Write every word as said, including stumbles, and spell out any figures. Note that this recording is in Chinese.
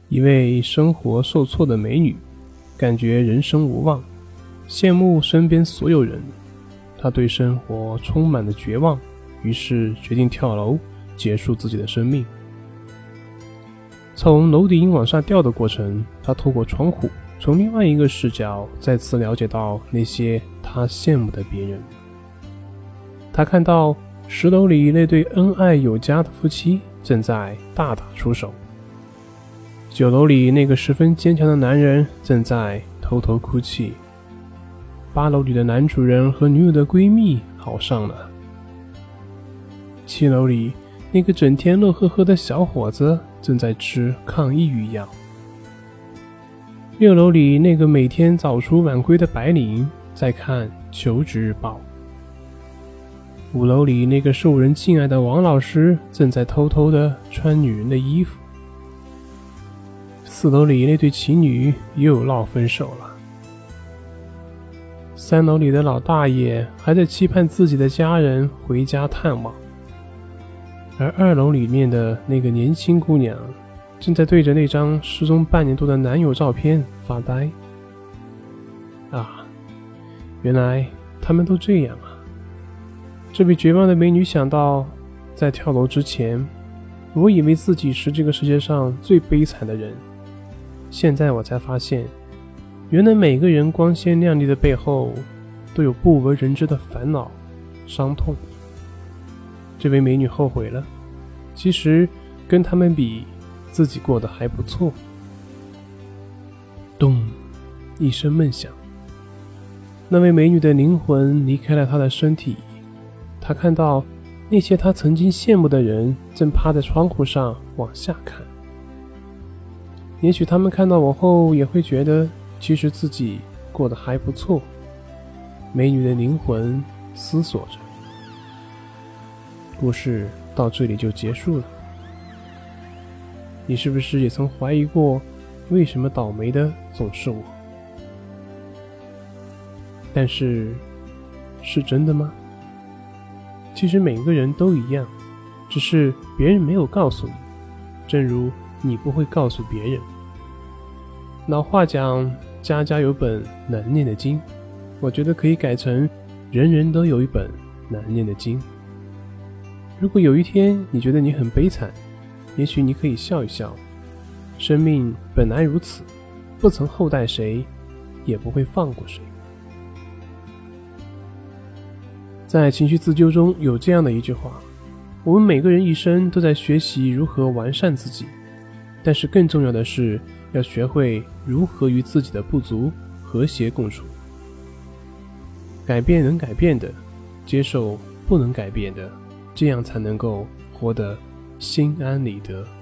一位生活受挫的美女，感觉人生无望，羡慕身边所有人。她对生活充满了绝望，于是决定跳楼结束自己的生命。从楼顶往下掉的过程，她透过窗户从另外一个视角再次了解到那些她羡慕的别人。她看到十楼里那对恩爱有加的夫妻正在大打出手，九楼里那个十分坚强的男人正在偷偷哭泣，八楼里的男主人和女友的闺蜜好上了，七楼里那个整天乐呵呵的小伙子正在吃抗抑郁药，六楼里那个每天早出晚归的白领在看《求职日报》，五楼里那个受人敬爱的王老师正在偷偷地穿女人的衣服，四楼里那对情侣又闹分手了，三楼里的老大爷还在期盼自己的家人回家探望，而二楼里面的那个年轻姑娘正在对着那张失踪半年多的男友照片发呆。啊，原来他们都这样啊。这位绝望的美女想到，在跳楼之前，我以为自己是这个世界上最悲惨的人，现在我才发现，原来每个人光鲜亮丽的背后都有不为人知的烦恼、伤痛。这位美女后悔了，其实跟他们比，自己过得还不错。咚，一声闷响，那位美女的灵魂离开了她的身体。她看到那些她曾经羡慕的人正趴在窗户上往下看，也许他们看到我后也会觉得其实自己过得还不错。美女的灵魂思索着。故事到这里就结束了。你是不是也曾怀疑过，为什么倒霉的总是我？但是，是真的吗？其实每个人都一样，只是别人没有告诉你，正如你不会告诉别人。老话讲，家家有本难念的经，我觉得可以改成人人都有一本难念的经。如果有一天你觉得你很悲惨，也许你可以笑一笑，生命本来如此，不曾厚待谁，也不会放过谁。在情绪自救中有这样的一句话，我们每个人一生都在学习如何完善自己，但是更重要的是要学会如何与自己的不足和谐共处。改变能改变的，接受不能改变的，这样才能够活得心安理得。